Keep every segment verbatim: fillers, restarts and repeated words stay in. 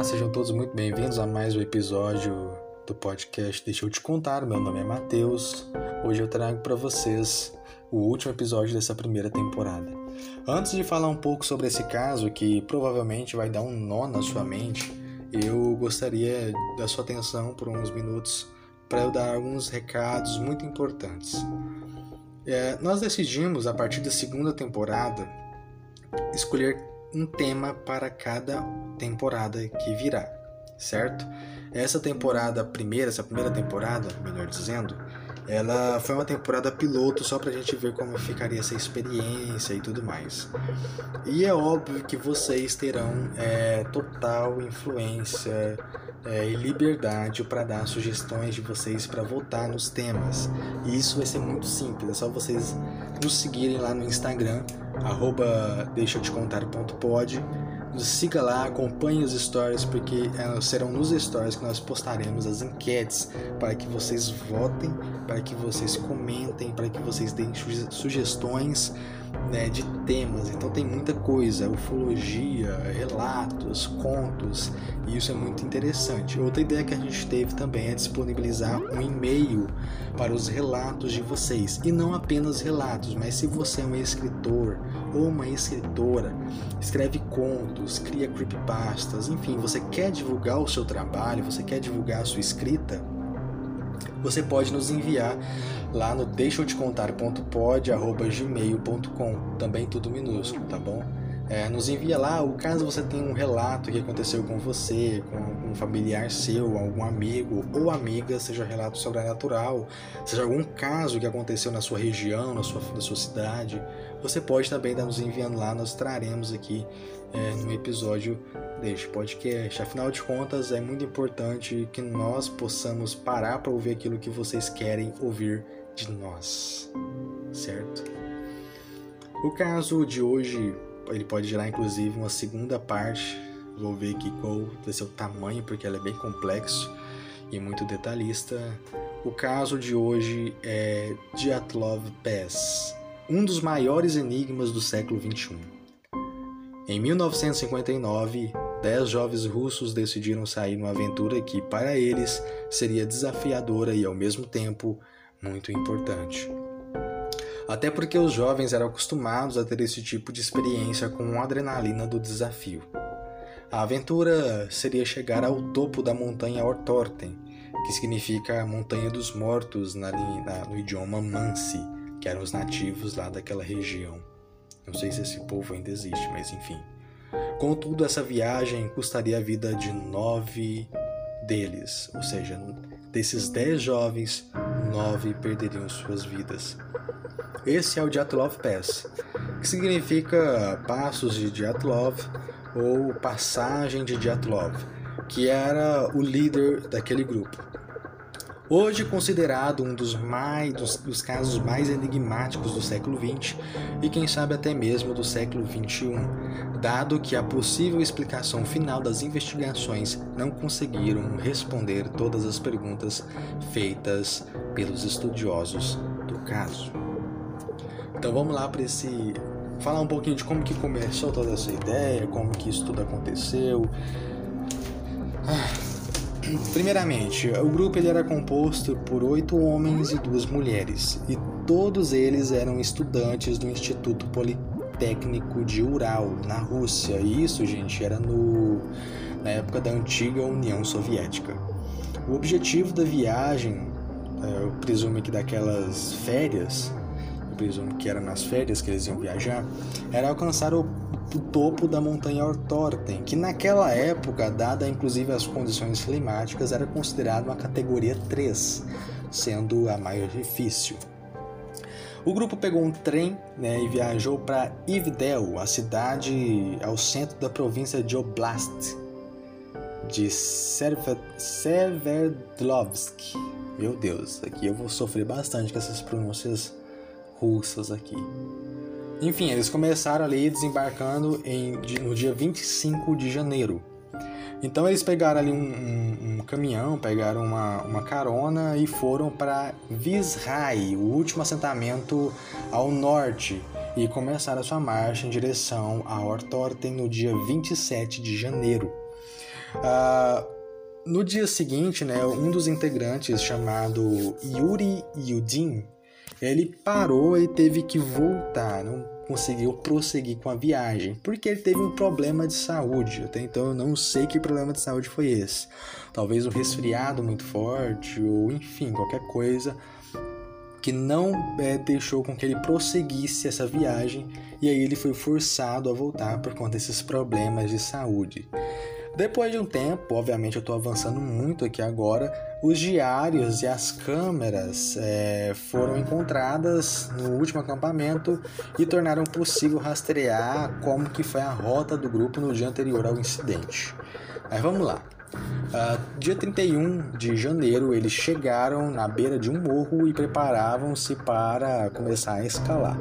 sejam todos muito bem-vindos a mais um episódio do podcast Deixa Eu Te Contar. Meu nome é Matheus. Hoje eu trago para vocês o último episódio dessa primeira temporada. Antes de falar um pouco sobre esse caso, que provavelmente vai dar um nó na sua mente, eu gostaria da sua atenção por uns minutos para eu dar alguns recados muito importantes. É, nós decidimos, a partir da segunda temporada, escolher um tema para cada temporada que virá, certo? Essa temporada primeira, essa primeira temporada, melhor dizendo, ela foi uma temporada piloto só pra gente ver como ficaria essa experiência e tudo mais. E é óbvio que vocês terão é, total influência é, e liberdade para dar sugestões de vocês para votar nos temas. E isso vai ser muito simples, é só vocês nos seguirem lá no Instagram, arroba deixa eu te contar ponto pod. Nos siga lá, acompanhe os stories, porque serão nos stories que nós postaremos as enquetes para que vocês votem, para que vocês comentem, para que vocês deem sugestões, né, de temas. Então tem muita coisa, ufologia, relatos, contos, e isso é muito interessante. Outra ideia que a gente teve também é disponibilizar um e-mail para os relatos de vocês, e não apenas relatos, mas se você é um escritor ou uma escritora, escreve contos, cria creepypastas, enfim, você quer divulgar o seu trabalho, você quer divulgar a sua escrita, você pode nos enviar lá no deixa eu te contar ponto pod arroba gmail ponto com, também tudo minúsculo, tá bom? É, nos envia lá, o caso você tenha um relato que aconteceu com você, com algum familiar seu, algum amigo ou amiga, seja relato sobrenatural, seja algum caso que aconteceu na sua região, na sua, na sua cidade, você pode também estar nos enviando lá, nós traremos aqui é, no episódio deste podcast. Afinal de contas, é muito importante que nós possamos parar para ouvir aquilo que vocês querem ouvir de nós, certo? O caso de hoje, ele pode gerar inclusive uma segunda parte. Vou ver aqui qual vai ser o tamanho, porque ele é bem complexo e muito detalhista. O caso de hoje é Dyatlov Pass, um dos maiores enigmas do século vinte e um. Em mil novecentos e cinquenta e nove, dez jovens russos decidiram sair numa aventura que, para eles, seria desafiadora e, ao mesmo tempo, muito importante. Até porque os jovens eram acostumados a ter esse tipo de experiência com a adrenalina do desafio. A aventura seria chegar ao topo da montanha Ortorten, que significa Montanha dos Mortos na, na, no idioma Mansi, que eram os nativos lá daquela região. Não sei se esse povo ainda existe, mas enfim. Contudo, essa viagem custaria a vida de nove deles, ou seja, desses dez jovens, nove perderiam suas vidas. Esse é o Dyatlov Pass, que significa Passos de Dyatlov ou Passagem de Dyatlov, que era o líder daquele grupo. Hoje considerado um dos, mais, dos, dos casos mais enigmáticos do século vinte e quem sabe até mesmo do século vinte e um, dado que a possível explicação final das investigações não conseguiram responder todas as perguntas feitas pelos estudiosos do caso. Então vamos lá para esse falar um pouquinho de como que começou toda essa ideia, como que isso tudo aconteceu. Ah. Primeiramente, o grupo ele era composto por oito homens e duas mulheres, e todos eles eram estudantes do Instituto Politécnico de Ural, na Rússia. E isso, gente, era no, na época da antiga União Soviética. O objetivo da viagem, eu presumo que daquelas férias, eu presumo que era nas férias que eles iam viajar, era alcançar o o topo da montanha Ortorten, que naquela época, dada inclusive as condições climáticas, era considerado uma categoria três, sendo a mais difícil. O grupo pegou um trem, né, e viajou para Ivdel, a cidade ao centro da província de Oblast de Sverdlovsk. Meu Deus, aqui eu vou sofrer bastante com essas pronúncias russas aqui. Enfim, eles começaram ali desembarcando em, no dia vinte e cinco de janeiro. Então eles pegaram ali um, um, um caminhão, pegaram uma, uma carona e foram para Vizhai, o último assentamento ao norte, e começaram a sua marcha em direção a Ortorten no dia vinte e sete de janeiro. Ah, no dia seguinte, né, um dos integrantes, chamado Yuri Yudin, ele parou e teve que voltar, não conseguiu prosseguir com a viagem, porque ele teve um problema de saúde. Até então eu não sei que problema de saúde foi esse. Talvez um resfriado muito forte, ou enfim, qualquer coisa que não é, deixou com que ele prosseguisse essa viagem, e aí ele foi forçado a voltar por conta desses problemas de saúde. Depois de um tempo, obviamente eu estou avançando muito aqui agora, os diários e as câmeras é, foram encontradas no último acampamento e tornaram possível rastrear como que foi a rota do grupo no dia anterior ao incidente. Mas vamos lá. Uh, dia trinta e um de janeiro, eles chegaram na beira de um morro e preparavam-se para começar a escalar.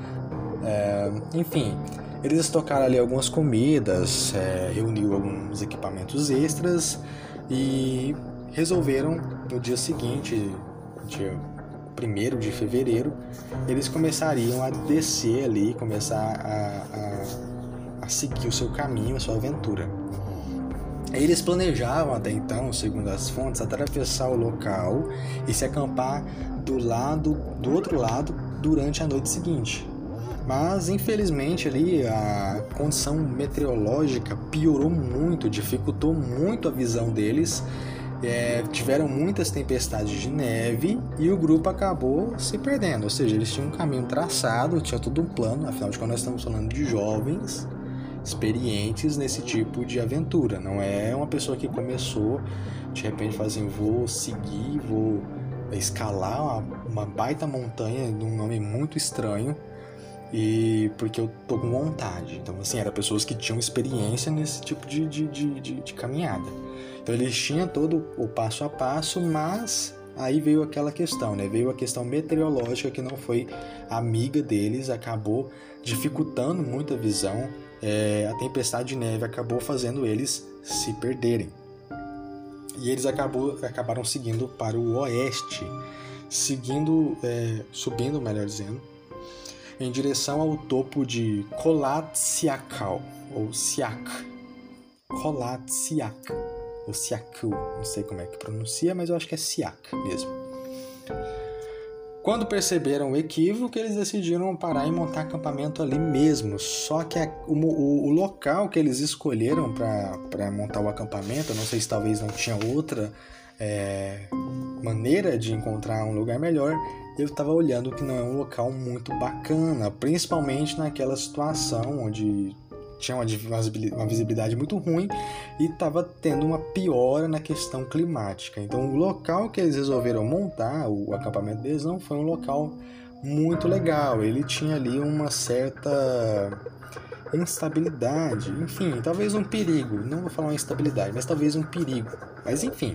Uh, enfim... Eles estocaram ali algumas comidas, é, reuniu alguns equipamentos extras e resolveram, no dia seguinte, dia primeiro de fevereiro, eles começariam a descer ali, começar a, a, a seguir o seu caminho, a sua aventura. Eles planejavam até então, segundo as fontes, atravessar o local e se acampar do lado, do outro lado durante a noite seguinte. Mas, infelizmente, ali a condição meteorológica piorou muito, dificultou muito a visão deles. É, tiveram muitas tempestades de neve e o grupo acabou se perdendo. Ou seja, eles tinham um caminho traçado, tinha todo um plano. Afinal de contas, nós estamos falando de jovens experientes nesse tipo de aventura. Não é uma pessoa que começou, de repente, fazendo, vou seguir, vou escalar uma, uma baita montanha de um nome muito estranho, e porque eu tô com vontade. Então, assim, eram pessoas que tinham experiência nesse tipo de, de, de, de, de caminhada. Então, eles tinham todo o passo a passo, mas aí veio aquela questão, né? Veio a questão meteorológica que não foi amiga deles, acabou dificultando muito a visão. É, a tempestade de neve acabou fazendo eles se perderem. E eles acabou, acabaram seguindo para o oeste, seguindo, é, subindo, melhor dizendo, em direção ao topo de Kholat Syakhl, ou Siak, Kholat Syakhl, ou Syakhl, não sei como é que pronuncia, mas eu acho que é Siak mesmo. Quando perceberam o equívoco, eles decidiram parar e montar acampamento ali mesmo, só que a, o, o, o local que eles escolheram para montar o acampamento, eu não sei se talvez não tinha outra é, maneira de encontrar um lugar melhor, eu estava olhando que não é um local muito bacana, principalmente naquela situação onde tinha uma, uma visibilidade muito ruim e estava tendo uma piora na questão climática. Então o local que eles resolveram montar, o acampamento deles, não foi um local muito legal. Ele tinha ali uma certa instabilidade, enfim, talvez um perigo. Não vou falar uma instabilidade, mas talvez um perigo. Mas enfim,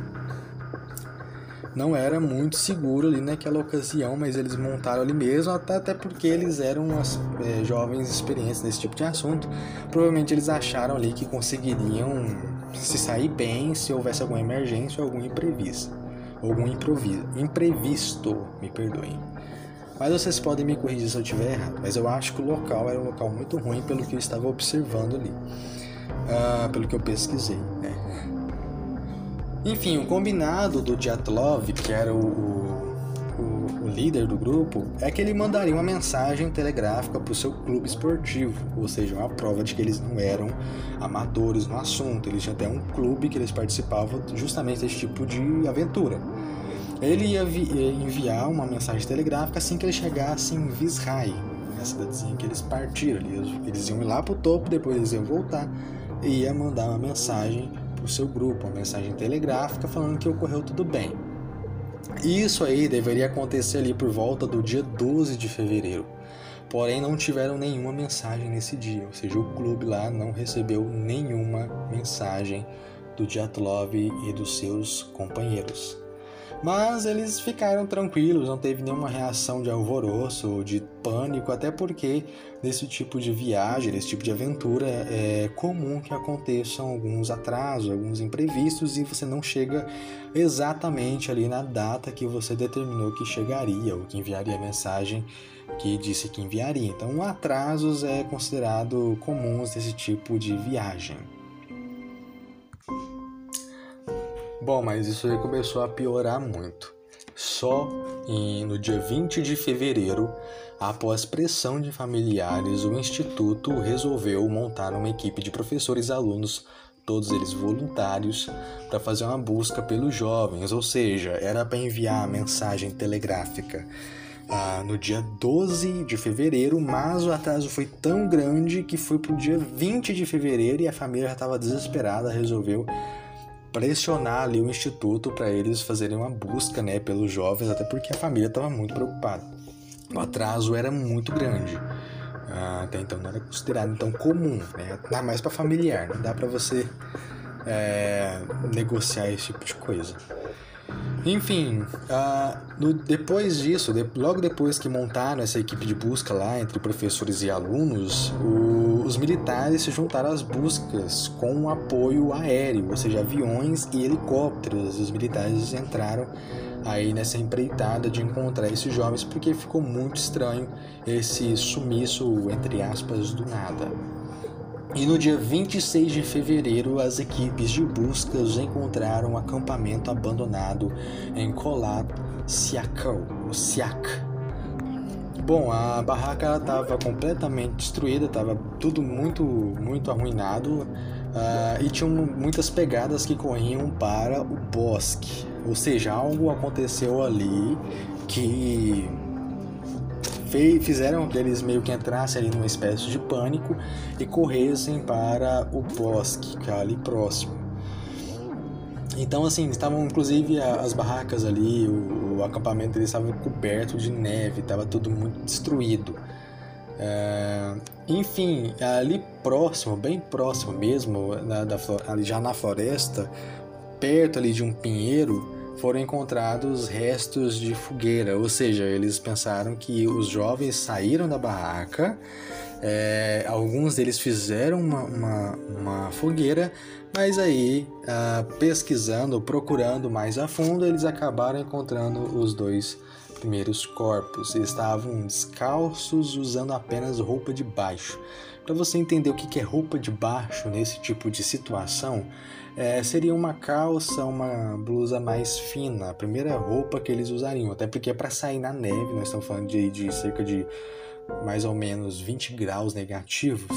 não era muito seguro ali naquela ocasião, mas eles montaram ali mesmo, até, até porque eles eram umas, é, jovens experientes nesse tipo de assunto. Provavelmente eles acharam ali que conseguiriam se sair bem se houvesse alguma emergência ou algum imprevisto. Algum improviso, imprevisto, me perdoem. Mas vocês podem me corrigir se eu estiver errado, mas eu acho que o local era um local muito ruim pelo que eu estava observando ali, ah, pelo que eu pesquisei, né? Enfim, o combinado do Dyatlov, que era o, o, o líder do grupo, é que ele mandaria uma mensagem telegráfica para o seu clube esportivo, ou seja, uma prova de que eles não eram amadores no assunto. Eles tinham até um clube que eles participavam justamente desse tipo de aventura. Ele ia, vi, ia enviar uma mensagem telegráfica assim que eles chegassem em Vizhai, a cidadezinha que eles partiram. Eles, eles iam ir lá para o topo, depois eles iam voltar e ia mandar uma mensagem para o seu grupo, uma mensagem telegráfica falando que ocorreu tudo bem. Isso aí deveria acontecer ali por volta do dia doze de fevereiro. Porém, não tiveram nenhuma mensagem nesse dia, ou seja, o clube lá não recebeu nenhuma mensagem do Dyatlov e dos seus companheiros. Mas eles ficaram tranquilos, não teve nenhuma reação de alvoroço ou de pânico, até porque nesse tipo de viagem, nesse tipo de aventura, é comum que aconteçam alguns atrasos, alguns imprevistos e você não chega exatamente ali na data que você determinou que chegaria ou que enviaria a mensagem que disse que enviaria. Então, atrasos é considerado comuns desse tipo de viagem. Bom, mas isso aí começou a piorar muito. Só em, no dia vinte de fevereiro, após pressão de familiares, o Instituto resolveu montar uma equipe de professores e alunos, todos eles voluntários, para fazer uma busca pelos jovens, ou seja, era para enviar a mensagem telegráfica ah, no dia doze de fevereiro, mas o atraso foi tão grande que foi para o dia vinte de fevereiro e a família já estava desesperada, resolveu pressionar ali o instituto para eles fazerem uma busca, né, pelos jovens, até porque a família estava muito preocupada. O atraso era muito grande. Ah, até então não era considerado tão comum, né? Dá mais para familiar, não dá para você é, negociar esse tipo de coisa. Enfim, uh, no, depois disso, de, logo depois que montaram essa equipe de busca lá entre professores e alunos, o, os militares se juntaram às buscas com um apoio aéreo, ou seja, aviões e helicópteros. Os militares entraram aí nessa empreitada de encontrar esses jovens porque ficou muito estranho esse sumiço, entre aspas, do nada. E no dia vinte e seis de fevereiro, as equipes de busca encontraram um acampamento abandonado em Kholat Syakhl, o Siak. Bom, a barraca estava completamente destruída, estava tudo muito, muito arruinado uh, e tinham muitas pegadas que corriam para o bosque. Ou seja, algo aconteceu ali que fizeram que eles meio que entrassem ali numa espécie de pânico e corressem para o bosque, que é ali próximo. Então, assim, estavam inclusive as barracas ali, o, o acampamento deles estava coberto de neve, estava tudo muito destruído. É, enfim, ali próximo, bem próximo mesmo, na, da, ali já na floresta, perto ali de um pinheiro, foram encontrados restos de fogueira, ou seja, eles pensaram que os jovens saíram da barraca, é, alguns deles fizeram uma, uma, uma fogueira, mas aí, ah, pesquisando, procurando mais a fundo, eles acabaram encontrando os dois primeiros corpos. Eles estavam descalços, usando apenas roupa de baixo. Para você entender o que é roupa de baixo nesse tipo de situação, É, seria uma calça, uma blusa mais fina, a primeira roupa que eles usariam, até porque para sair na neve, nós estamos falando de, de cerca de mais ou menos vinte graus negativos,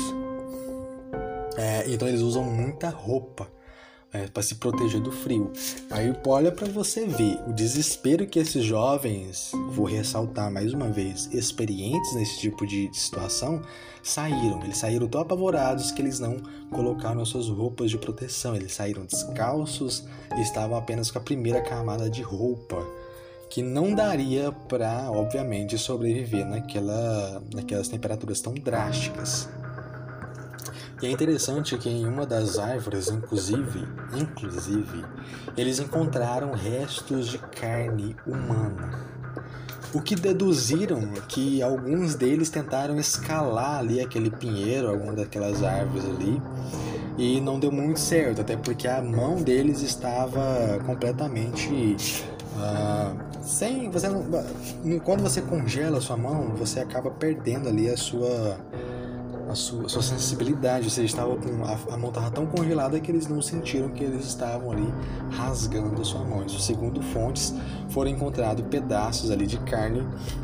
é, então eles usam muita roupa é, para se proteger do frio. Aí olha para você ver o desespero que esses jovens, vou ressaltar mais uma vez, experientes nesse tipo de situação, saíram. Eles saíram tão apavorados que eles não colocaram suas roupas de proteção. Eles saíram descalços e estavam apenas com a primeira camada de roupa, que não daria para, obviamente, sobreviver naquela, naquelas temperaturas tão drásticas. E é interessante que em uma das árvores, inclusive, inclusive, eles encontraram restos de carne humana. O que deduziram que alguns deles tentaram escalar ali aquele pinheiro, alguma daquelas árvores ali, e não deu muito certo, até porque a mão deles estava completamente uh, sem... Você não, quando você congela a sua mão, você acaba perdendo ali a sua... A sua, a sua sensibilidade, ou seja, estava com, a, a mão estava tão congelada que eles não sentiram que eles estavam ali rasgando a sua mão. Isso, segundo fontes, foram encontrados pedaços ali de carne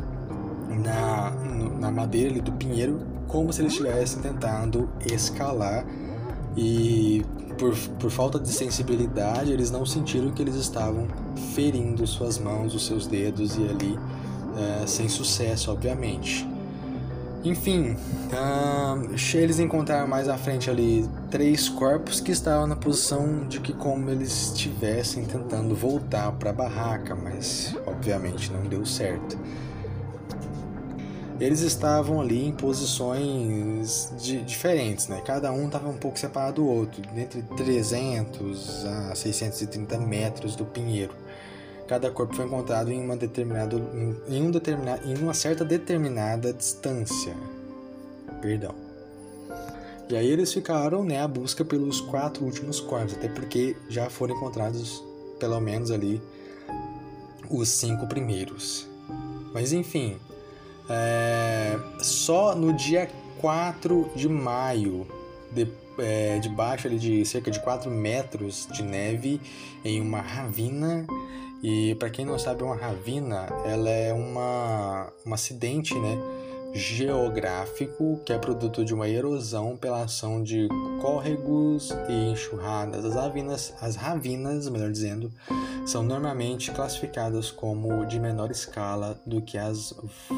na, na madeira ali do pinheiro, como se eles estivessem tentando escalar, e por, por falta de sensibilidade eles não sentiram que eles estavam ferindo suas mãos, os seus dedos, e ali é, sem sucesso, obviamente. Enfim, uh, eles encontraram mais à frente ali três corpos que estavam na posição de que como eles estivessem tentando voltar para a barraca, mas obviamente não deu certo. Eles estavam ali em posições de, diferentes, né? Cada um estava um pouco separado do outro, entre trezentos a seiscentos e trinta metros do pinheiro. Cada corpo foi encontrado em uma determinada, em, um determinado, em uma certa determinada distância. Perdão. E aí eles ficaram, né, à busca pelos quatro últimos corpos, até porque já foram encontrados pelo menos ali os cinco primeiros. Mas enfim, é, só no dia quatro de maio de, é, debaixo ali de cerca de quatro metros de neve em uma ravina. E para quem não sabe, uma ravina, ela é uma, um acidente, né, geográfico que é produto de uma erosão pela ação de córregos e enxurradas. As ravinas, as ravinas, melhor dizendo, são normalmente classificadas como de menor escala do que as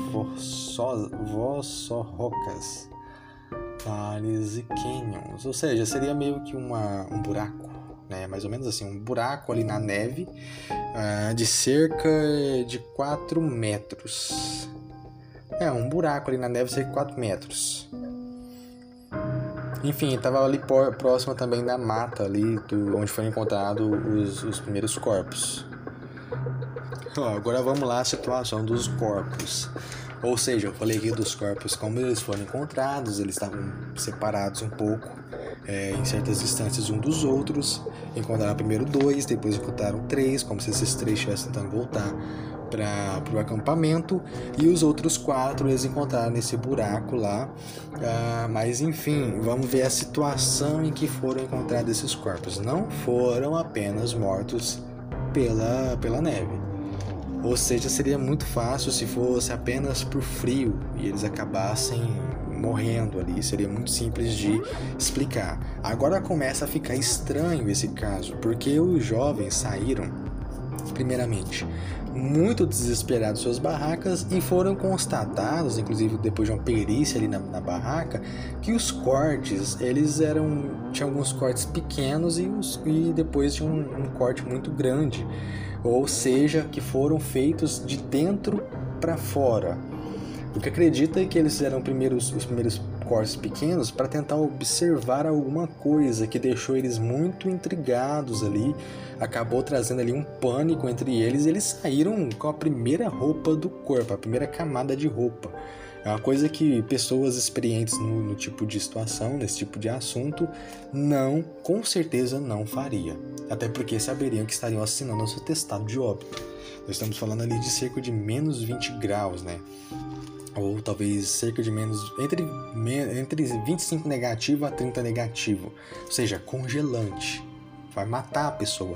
vossorrocas, vales e canyons, ou seja, seria meio que uma, um buraco, né? Mais ou menos assim, um buraco ali na neve, uh, de cerca de quatro metros. É, um buraco ali na neve de cerca de quatro metros. Enfim, estava ali por, próximo também da mata ali, do, onde foram encontrados os, os primeiros corpos. Ó, agora vamos lá à situação dos corpos. Ou seja, eu falei aqui dos corpos como eles foram encontrados, eles estavam separados um pouco, é, em certas distâncias um dos outros. Encontraram primeiro dois, depois encontraram três, como se esses três estivessem tentando voltar para o acampamento, e os outros quatro eles encontraram nesse buraco lá. Ah, mas enfim, vamos ver a situação em que foram encontrados esses corpos. Não foram apenas mortos pela, pela neve. Ou seja, seria muito fácil se fosse apenas por frio e eles acabassem morrendo ali. Seria muito simples de explicar. Agora começa a ficar estranho esse caso, porque os jovens saíram, primeiramente, muito desesperados de suas barracas e foram constatados, inclusive depois de uma perícia ali na, na barraca, que os cortes, eles eram, tinha alguns cortes pequenos e, os, e depois tinha um, um corte muito grande. Ou seja, que foram feitos de dentro para fora. O que acredita é que eles fizeram primeiros, os primeiros cortes pequenos para tentar observar alguma coisa que deixou eles muito intrigados ali, acabou trazendo ali um pânico entre eles e eles saíram com a primeira roupa do corpo, a primeira camada de roupa. É uma coisa que pessoas experientes no, no tipo de situação, nesse tipo de assunto, não, com certeza não faria. Até porque saberiam que estariam assinando o seu atestado de óbito. Nós estamos falando ali de cerca de menos vinte graus, né? Ou talvez cerca de menos, entre, entre vinte e cinco negativo a trinta negativo. Ou seja, congelante. Vai matar a pessoa.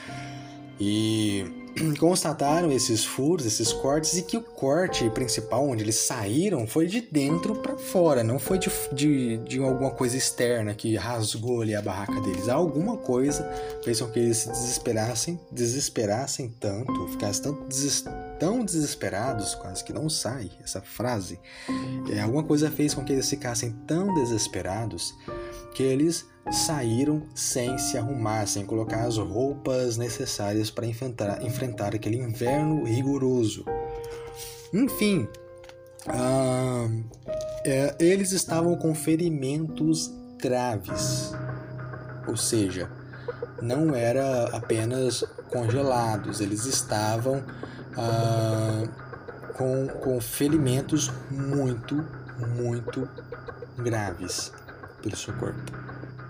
E constataram esses furos, esses cortes, e que o corte principal onde eles saíram foi de dentro para fora, não foi de, de, de alguma coisa externa que rasgou ali a barraca deles. Alguma coisa fez com que eles se desesperassem, desesperassem tanto, ficassem tanto des, tão desesperados, quase que não sai essa frase. É, alguma coisa fez com que eles ficassem tão desesperados que eles saíram sem se arrumar, sem colocar as roupas necessárias para enfrentar, enfrentar aquele inverno rigoroso. Enfim, ah, é, eles estavam com ferimentos graves, ou seja, não era apenas congelados, eles estavam ah, com, com ferimentos muito, muito graves pelo seu corpo.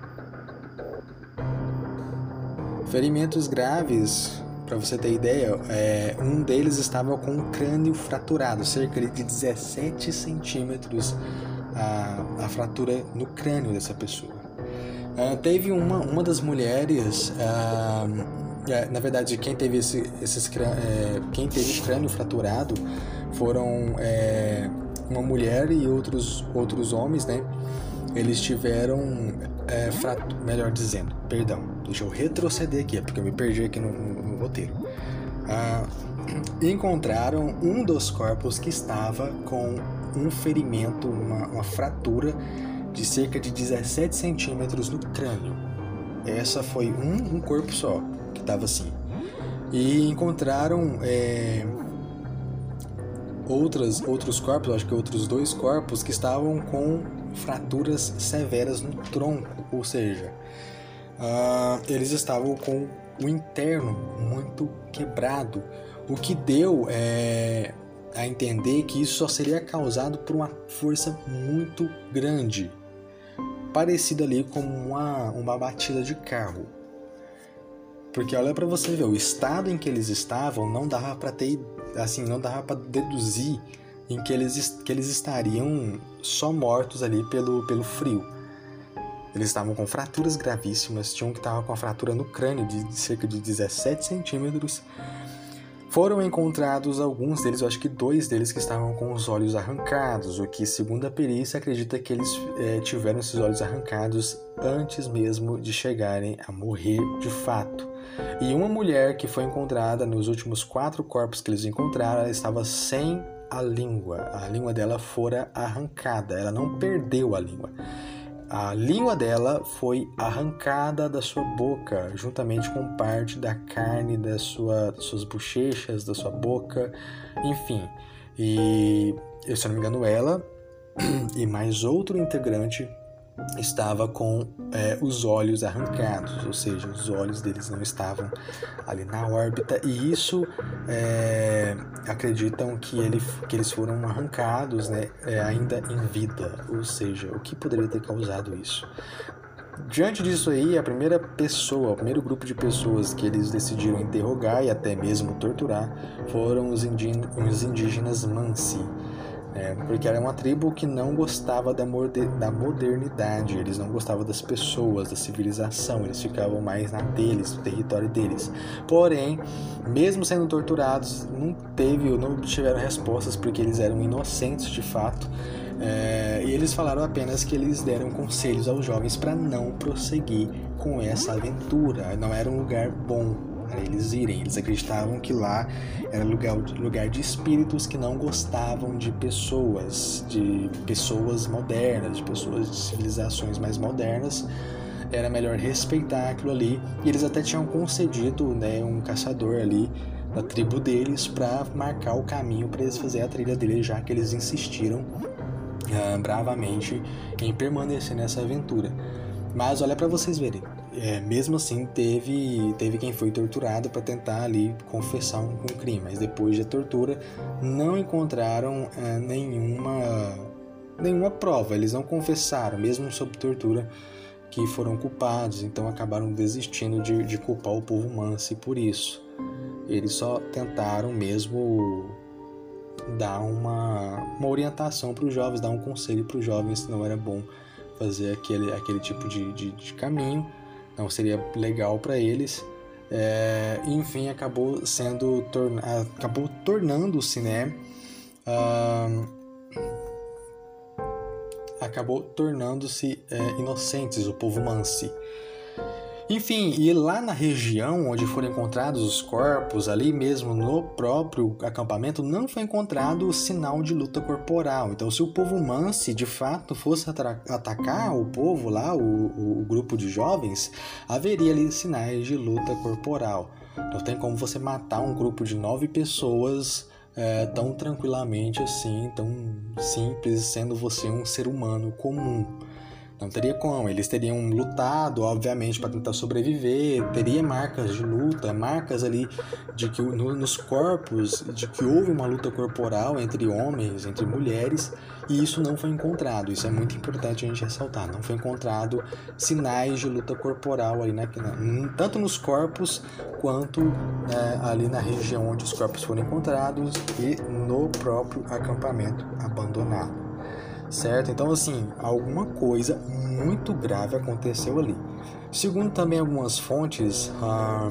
Ferimentos graves, para você ter ideia, é, um deles estava com o crânio fraturado, cerca de dezessete centímetros a, a fratura no crânio dessa pessoa. Uh, teve uma, uma das mulheres, uh, é, na verdade quem teve, esse, esses, é, quem teve o crânio fraturado foram é, uma mulher e outros, outros homens, né? Eles tiveram, é, frato, melhor dizendo, perdão, deixa eu retroceder aqui, porque eu me perdi aqui no, no, no roteiro. Ah, encontraram um dos corpos que estava com um ferimento, uma, uma fratura de cerca de dezessete centímetros no crânio. Essa foi um, um corpo só que estava assim. E encontraram é, outras, outros corpos, acho que outros dois corpos que estavam com fraturas severas no tronco, ou seja, uh, eles estavam com o interno muito quebrado, o que deu é, a entender que isso só seria causado por uma força muito grande, parecida ali como uma, uma batida de carro. Porque olha para você ver, o estado em que eles estavam não dava para ter, assim, não dava para deduzir em que eles, que eles estariam só mortos ali pelo, pelo frio. Eles estavam com fraturas gravíssimas, tinha um que estava com a fratura no crânio de cerca de dezessete centímetros. Foram encontrados alguns deles, eu acho que dois deles, que estavam com os olhos arrancados, o que, segundo a perícia, acredita que eles é, tiveram esses olhos arrancados antes mesmo de chegarem a morrer de fato. E uma mulher que foi encontrada nos últimos quatro corpos que eles encontraram, ela estava sem a língua. A língua dela fora arrancada, ela não perdeu a língua. A língua dela foi arrancada da sua boca, juntamente com parte da carne da sua, das suas bochechas, da sua boca, enfim. E, se eu não me engano, ela e mais outro integrante estava com é, os olhos arrancados, ou seja, os olhos deles não estavam ali na órbita, e isso é, acreditam que, ele, que eles foram arrancados, né, é, ainda em vida, ou seja, o que poderia ter causado isso? Diante disso aí, a primeira pessoa, o primeiro grupo de pessoas que eles decidiram interrogar e até mesmo torturar foram os, indí- os indígenas Mansi. É, porque era uma tribo que não gostava da, moder- da modernidade, eles não gostavam das pessoas, da civilização, eles ficavam mais na deles, no território deles. Porém, mesmo sendo torturados, não teve, não tiveram respostas porque eles eram inocentes de fato. É, e eles falaram apenas que eles deram conselhos aos jovens para não prosseguir com essa aventura, não era um lugar bom para eles irem. Eles acreditavam que lá era lugar, lugar de espíritos que não gostavam de pessoas, de pessoas modernas, de pessoas de civilizações mais modernas. Era melhor respeitar aquilo ali. E eles até tinham concedido, né, um caçador ali da tribo deles para marcar o caminho para eles fazerem a trilha deles, já que eles insistiram uh, bravamente em permanecer nessa aventura. Mas olha para vocês verem, é, mesmo assim teve, teve quem foi torturado para tentar ali confessar um, um crime, mas depois da tortura não encontraram é, nenhuma, nenhuma prova, eles não confessaram, mesmo sob tortura, que foram culpados, então acabaram desistindo de, de culpar o povo Mansi por isso. Eles só tentaram mesmo dar uma, uma orientação para os jovens, dar um conselho para os jovens, se não era bom fazer aquele, aquele tipo de, de, de caminho, não seria legal para eles. É, enfim, acabou sendo torna, acabou tornando-se, né? Uh, acabou tornando-se é, inocentes, o povo Mansi. Enfim, e lá na região onde foram encontrados os corpos, ali mesmo no próprio acampamento, não foi encontrado sinal de luta corporal. Então, se o povo Mansi de fato fosse atacar o povo lá, o, o grupo de jovens, haveria ali sinais de luta corporal. Não tem como você matar um grupo de nove pessoas é, tão tranquilamente assim, tão simples, sendo você um ser humano comum. Não teria como, eles teriam lutado, obviamente, para tentar sobreviver, teria marcas de luta, marcas ali de que no, nos corpos, de que houve uma luta corporal entre homens, entre mulheres, e isso não foi encontrado. Isso é muito importante a gente ressaltar, não foi encontrado sinais de luta corporal ali na, na, tanto nos corpos quanto né, ali na região onde os corpos foram encontrados e no próprio acampamento abandonado. Certo? Então, assim, alguma coisa muito grave aconteceu ali. Segundo também algumas fontes, ah,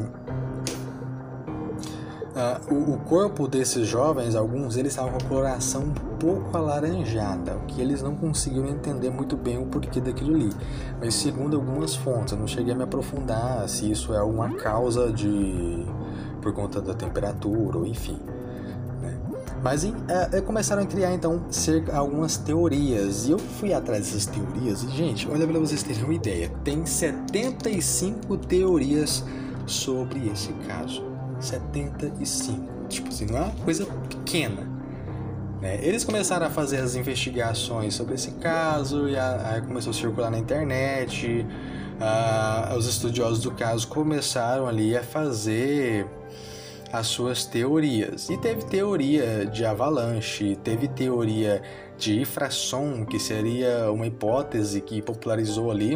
ah, o, o corpo desses jovens, alguns deles estavam com a coloração um pouco alaranjada, o que eles não conseguiram entender muito bem o porquê daquilo ali. Mas segundo algumas fontes, eu não cheguei a me aprofundar se isso é alguma causa de por conta da temperatura ou enfim. Mas é, começaram a criar então cerca, algumas teorias, e eu fui atrás dessas teorias e, gente, olha para vocês terem uma ideia, tem setenta e cinco teorias sobre esse caso. setenta e cinco, tipo assim, não é uma coisa pequena, né? Eles começaram a fazer as investigações sobre esse caso e a, a começou a circular na internet. A, os estudiosos do caso começaram ali a fazer as suas teorias. E teve teoria de avalanche, teve teoria de infrasom, que seria uma hipótese que popularizou ali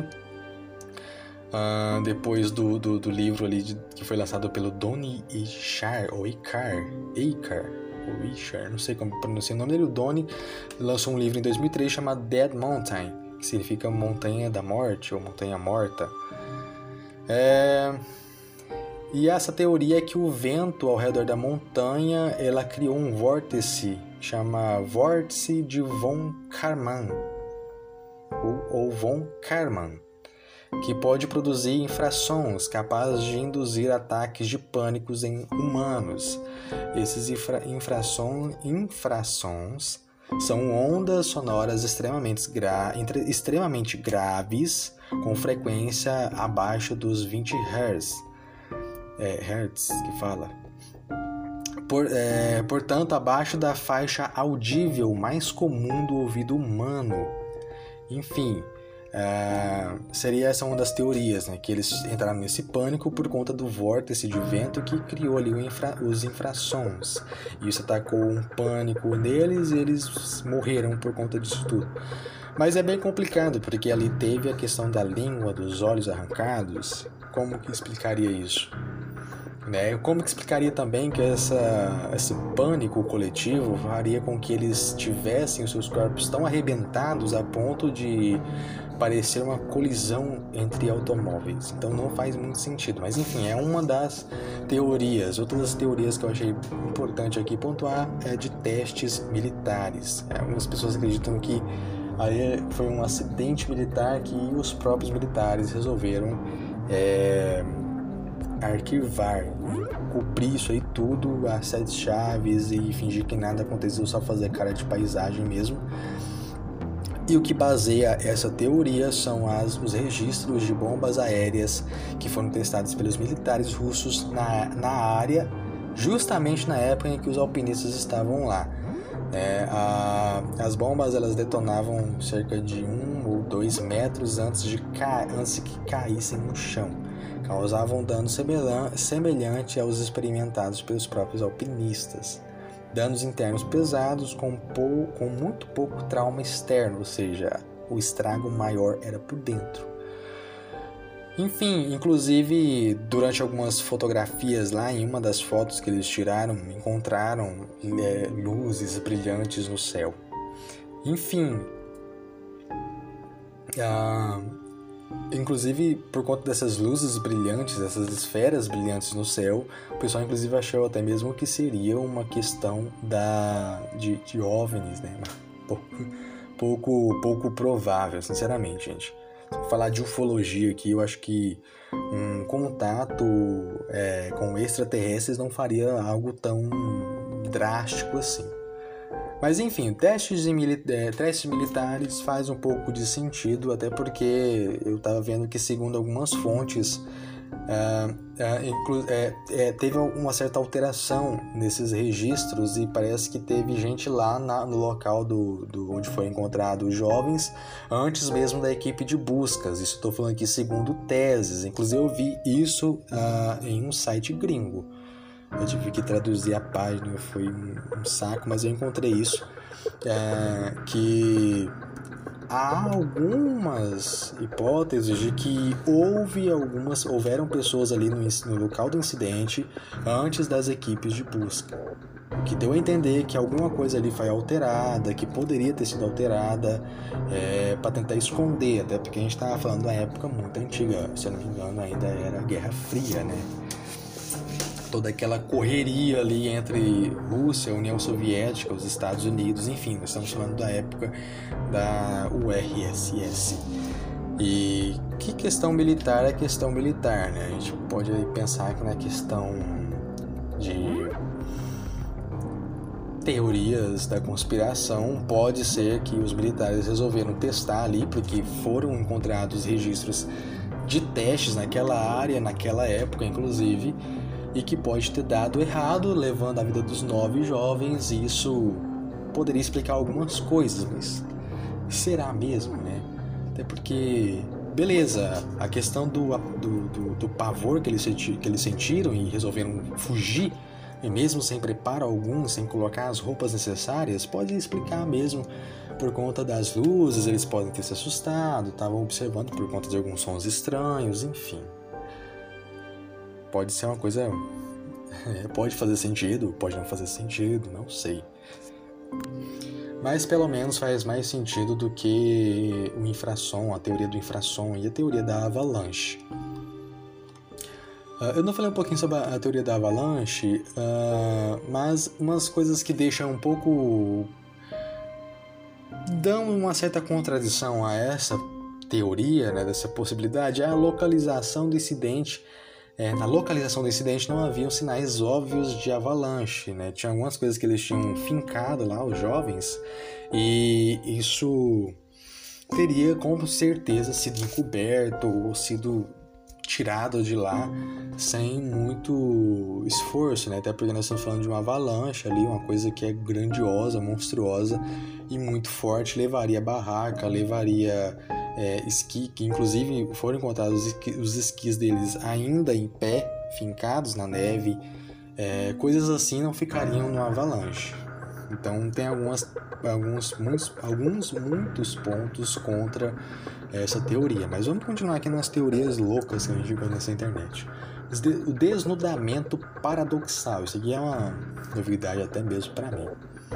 uh, depois do, do, do livro ali de, que foi lançado pelo Donnie Eichar, ou Eichar, Eichar, ou Eichar, não sei como pronunciar o nome dele. O Donnie lançou um livro em dois mil e três chamado Dead Mountain, que significa montanha da morte ou montanha morta. É... E essa teoria é que o vento ao redor da montanha, ela criou um vórtice, chama Vórtice de von Karman, ou, ou von Karman, que pode produzir infrassons capazes de induzir ataques de pânico em humanos. Esses infra, infração, infrassons são ondas sonoras extremamente, gra, extremamente graves, com frequência abaixo dos vinte hertz. É, hertz que fala. Por, é, portanto, abaixo da faixa audível mais comum do ouvido humano. Enfim, é, seria essa uma das teorias, né? Que eles entraram nesse pânico por conta do vórtice de vento que criou ali infra, os infrassons. Isso atacou um pânico neles e eles morreram por conta disso tudo. Mas é bem complicado, porque ali teve a questão da língua, dos olhos arrancados. Como que explicaria isso? Né? Como que explicaria também que essa, esse pânico coletivo faria com que eles tivessem os seus corpos tão arrebentados a ponto de parecer uma colisão entre automóveis? Então não faz muito sentido, mas enfim, é uma das teorias. Outras teorias que eu achei importante aqui pontuar é de testes militares. Algumas pessoas acreditam que aí foi um acidente militar que os próprios militares resolveram é, arquivar, cobrir isso aí tudo a sete chaves e fingir que nada aconteceu, só fazer cara de paisagem mesmo. E o que baseia essa teoria são as, os registros de bombas aéreas que foram testados pelos militares russos na, na área, justamente na época em que os alpinistas estavam lá. É, a, as bombas elas detonavam cerca de um ou dois metros antes de, ca, antes de que caíssem no chão. Causavam dano semelhante aos experimentados pelos próprios alpinistas. Danos internos pesados com, pou, com muito pouco trauma externo, ou seja, o estrago maior era por dentro. Enfim, inclusive, durante algumas fotografias lá, em uma das fotos que eles tiraram, encontraram é, luzes brilhantes no céu. Enfim, ah, inclusive por conta dessas luzes brilhantes, dessas esferas brilhantes no céu, o pessoal inclusive achou até mesmo que seria uma questão da, de, de OVNIs, né? Pouco, pouco provável, sinceramente, gente. Se eu falar de ufologia aqui, eu acho que um contato é, com extraterrestres não faria algo tão drástico assim. Mas enfim, testes, de mili- é, testes militares faz um pouco de sentido, até porque eu estava vendo que, segundo algumas fontes, é, é, inclu- é, é, teve uma certa alteração nesses registros e parece que teve gente lá na, no local do, do, onde foi encontrado os jovens, antes mesmo da equipe de buscas. Isso estou falando aqui segundo teses, inclusive eu vi isso uh, em um site gringo. Eu tive que traduzir a página, foi um, um saco, mas eu encontrei isso, é, que há algumas hipóteses de que houve algumas, houveram pessoas ali no, no local do incidente antes das equipes de busca, que deu a entender que alguma coisa ali foi alterada, que poderia ter sido alterada é, para tentar esconder, até porque a gente estava falando de uma época muito antiga, se eu não me engano ainda era a Guerra Fria, né? Toda aquela correria ali entre Rússia, União Soviética, os Estados Unidos, enfim, nós estamos falando da época da U R S S. E que questão militar é questão militar, né? A gente pode pensar que na questão de teorias da conspiração, pode ser que os militares resolveram testar ali, porque foram encontrados registros de testes naquela área, naquela época, inclusive, e que pode ter dado errado, levando a vida dos nove jovens, e isso poderia explicar algumas coisas, mas será mesmo, né? Até porque, beleza, a questão do, do, do, do pavor que eles, senti, que eles sentiram e resolveram fugir, e mesmo sem preparo algum, sem colocar as roupas necessárias, pode explicar mesmo por conta das luzes, eles podem ter se assustado, estavam observando por conta de alguns sons estranhos, enfim. Pode ser uma coisa... pode fazer sentido, pode não fazer sentido, não sei. mas pelo menos faz mais sentido do que o infrassom, a teoria do infrassom e a teoria da avalanche. Uh, eu não falei um pouquinho sobre a, a teoria da avalanche, uh, mas umas coisas que deixam um pouco... dão uma certa contradição a essa teoria, né, dessa possibilidade, é a localização do incidente. É, na localização do incidente não haviam sinais óbvios de avalanche, né? Tinha algumas coisas que eles tinham fincado lá, os jovens, e isso teria com certeza sido encoberto ou sido tirado de lá sem muito esforço, né? Até porque nós estamos falando de uma avalanche ali, uma coisa que é grandiosa, monstruosa e muito forte, levaria barraca, levaria é, esqui, que inclusive foram encontrados os, esqui, os esquis deles ainda em pé, fincados na neve, é, coisas assim não ficariam numa avalanche. Então tem algumas, alguns, muitos, alguns muitos pontos contra essa teoria, mas vamos continuar aqui nas teorias loucas que a gente encontra nessa internet. O desnudamento paradoxal, isso aqui é uma novidade até mesmo para mim.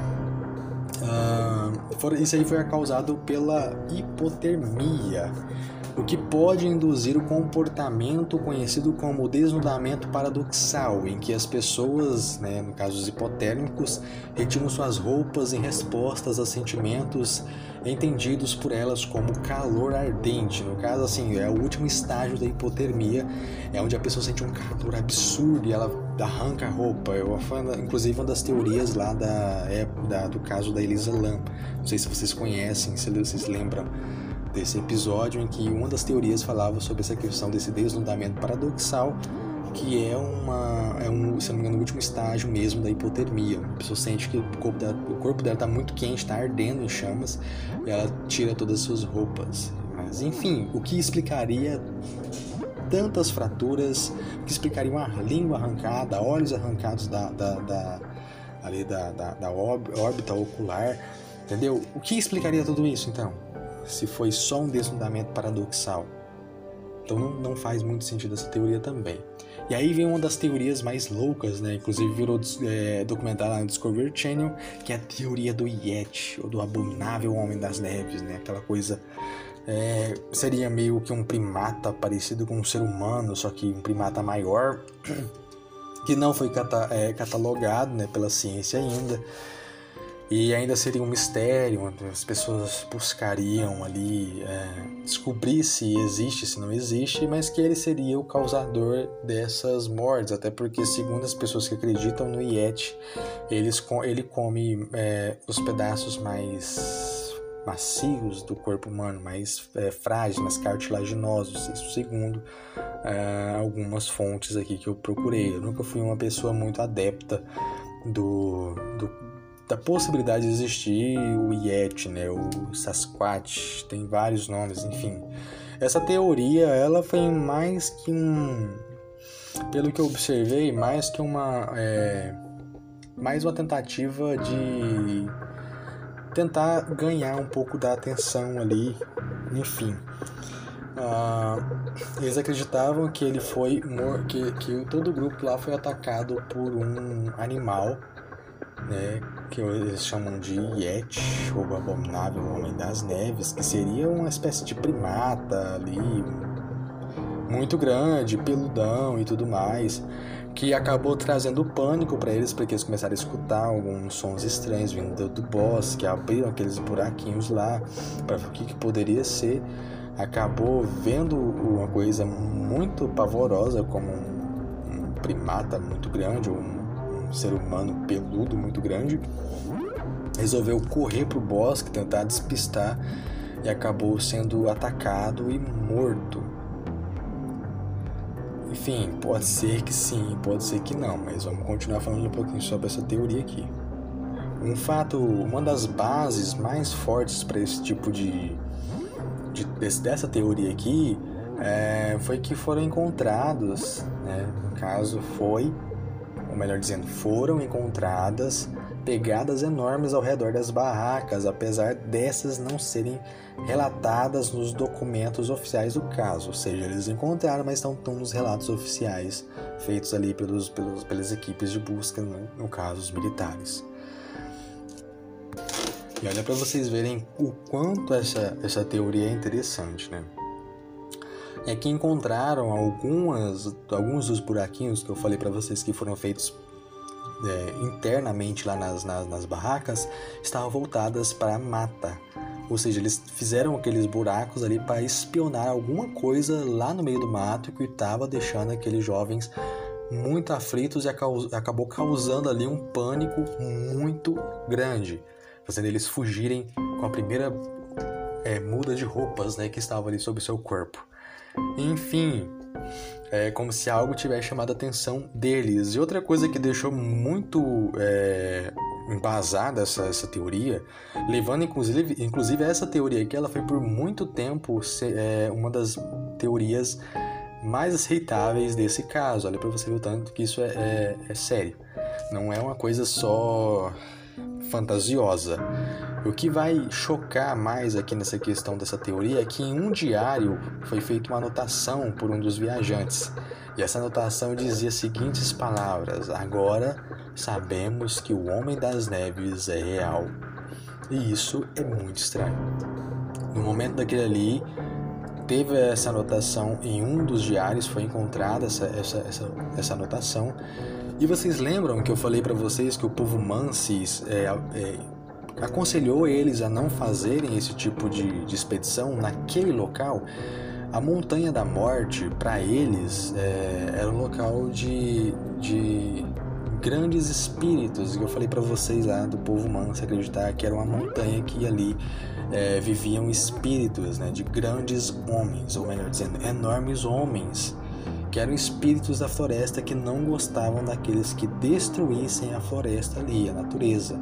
Uh, isso aí foi causado pela hipotermia, o que pode induzir o comportamento conhecido como desnudamento paradoxal, em que as pessoas, né, no caso os hipotérmicos, retiram suas roupas em respostas a sentimentos entendidos por elas como calor ardente. No caso, assim, é o último estágio da hipotermia, é onde a pessoa sente um calor absurdo e ela arranca a roupa. Eu, inclusive, uma das teorias lá da, da, do caso da Elisa Lam. Não sei se vocês conhecem, se vocês lembram desse episódio em que uma das teorias falava sobre essa questão desse desnudamento paradoxal, que é uma, é um, se não me engano, o último estágio mesmo da hipotermia. A pessoa sente que o corpo dela, o corpo dela está muito quente, está ardendo em chamas, e ela tira todas as suas roupas. Mas, enfim, o que explicaria tantas fraturas, o que explicaria uma língua arrancada, olhos arrancados da, da, da, ali da, da, da órbita ocular, entendeu? O que explicaria tudo isso, então? Se foi só um desnudamento paradoxal. Então não, não faz muito sentido essa teoria também. E aí vem uma das teorias mais loucas, né? Inclusive virou é, documentário lá no Discovery Channel, que é a teoria do Yeti, ou do abominável Homem das Neves, né? Aquela coisa... É, seria meio que um primata parecido com um ser humano, só que um primata maior, que não foi cata, é, catalogado, né, pela ciência ainda. E ainda seria um mistério, onde as pessoas buscariam ali é, descobrir se existe, se não existe, mas que ele seria o causador dessas mortes, até porque, segundo as pessoas que acreditam no Yeti, eles, ele come é, os pedaços mais macios do corpo humano, mais é, frágeis, mais cartilaginosos, isso segundo é, algumas fontes aqui que eu procurei. Eu nunca fui uma pessoa muito adepta do... do da possibilidade de existir o Yeti, né, o Sasquatch, tem vários nomes, enfim. Essa teoria, ela foi mais que um, pelo que eu observei, mais que uma, é, mais uma tentativa de tentar ganhar um pouco da atenção ali, enfim. Ah, eles acreditavam que ele foi, que, que todo o grupo lá foi atacado por um animal, né, que eles chamam de Yeti, ou abominável Homem das Neves, que seria uma espécie de primata ali, muito grande, peludão e tudo mais, que acabou trazendo pânico para eles, porque eles começaram a escutar alguns sons estranhos vindo do bosque, abriram aqueles buraquinhos lá para ver o que, que poderia ser. Acabou vendo uma coisa muito pavorosa, como um, um primata muito grande, um um ser humano peludo muito grande, resolveu correr pro bosque, tentar despistar, e acabou sendo atacado e morto. Enfim, pode ser que sim, pode ser que não, mas vamos continuar falando um pouquinho sobre essa teoria aqui. Um fato, uma das bases mais fortes para esse tipo de, de dessa teoria aqui é, foi que foram encontrados, né, no caso foi ou melhor dizendo, foram encontradas pegadas enormes ao redor das barracas, apesar dessas não serem relatadas nos documentos oficiais do caso. Ou seja, eles encontraram, mas não estão nos relatos oficiais feitos ali pelos, pelos, pelas equipes de busca, no, no caso, os militares. E olha para vocês verem o quanto essa, essa teoria é interessante, né? É que encontraram algumas, alguns dos buraquinhos que eu falei para vocês que foram feitos é, internamente lá nas, nas, nas barracas, estavam voltadas para a mata. Ou seja, eles fizeram aqueles buracos ali para espionar alguma coisa lá no meio do mato que estava deixando aqueles jovens muito aflitos e acabou causando ali um pânico muito grande, fazendo eles fugirem com a primeira é, muda de roupas, né, que estava ali sobre o seu corpo. Enfim, é como se algo tivesse chamado a atenção deles. E outra coisa que deixou muito é, embasada essa, essa teoria, levando inclusive, inclusive essa teoria aqui, ela foi por muito tempo é, uma das teorias mais aceitáveis desse caso. Olha para você ver o tanto que isso é, é, é sério. Não é uma coisa só fantasiosa. O que vai chocar mais aqui nessa questão dessa teoria é que em um diário foi feita uma anotação por um dos viajantes. E essa anotação dizia as seguintes palavras: agora sabemos que o Homem das Neves é real. E isso é muito estranho. No momento daquele ali, teve essa anotação em um dos diários, foi encontrada essa, essa, essa, essa anotação. E vocês lembram que eu falei para vocês que o povo Mansis é, é, aconselhou eles a não fazerem esse tipo de, de expedição naquele local? A Montanha da Morte, para eles, é, era um local de, de grandes espíritos. E eu falei para vocês lá do povo Mansi acreditar que era uma montanha que ali é, viviam espíritos, né, de grandes homens, ou melhor dizendo, enormes homens, que eram espíritos da floresta que não gostavam daqueles que destruíssem a floresta ali, a natureza.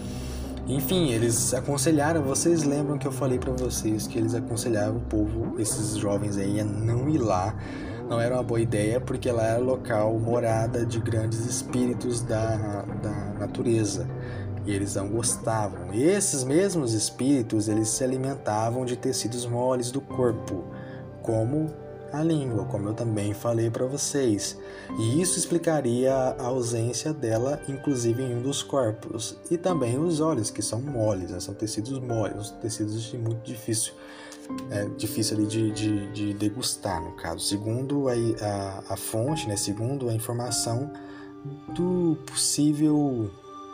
Enfim, eles aconselharam, vocês lembram que eu falei para vocês que eles aconselhavam o povo, esses jovens aí, a não ir lá. Não era uma boa ideia, porque lá era local, morada de grandes espíritos da, da natureza. E eles não gostavam. E esses mesmos espíritos, eles se alimentavam de tecidos moles do corpo, como a língua, como eu também falei para vocês. E isso explicaria a ausência dela, inclusive em um dos corpos. E também os olhos, que são moles, né? São tecidos moles, tecidos de muito difícil, é, difícil ali de, de, de degustar, no caso. Segundo a, a, a fonte, né? Segundo a informação do possível...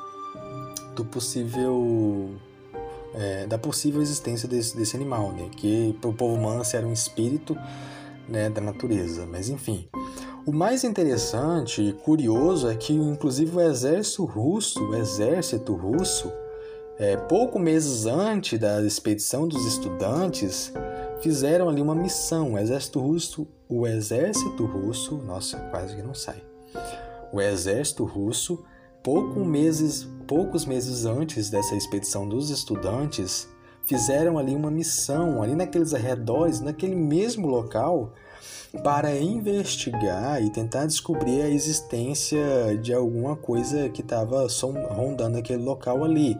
do possível... É, da possível existência desse, desse animal, né? Que para o povo Mansi era um espírito, né, da natureza, mas enfim. O mais interessante e curioso é que, inclusive, o exército russo, o exército russo, é, pouco meses antes da expedição dos estudantes, fizeram ali uma missão. O exército russo, o exército russo, nossa, quase que não sai. O exército russo, pouco meses, poucos meses antes dessa expedição dos estudantes, fizeram ali uma missão, ali naqueles arredores, naquele mesmo local, para investigar e tentar descobrir a existência de alguma coisa que estava rondando aquele local ali.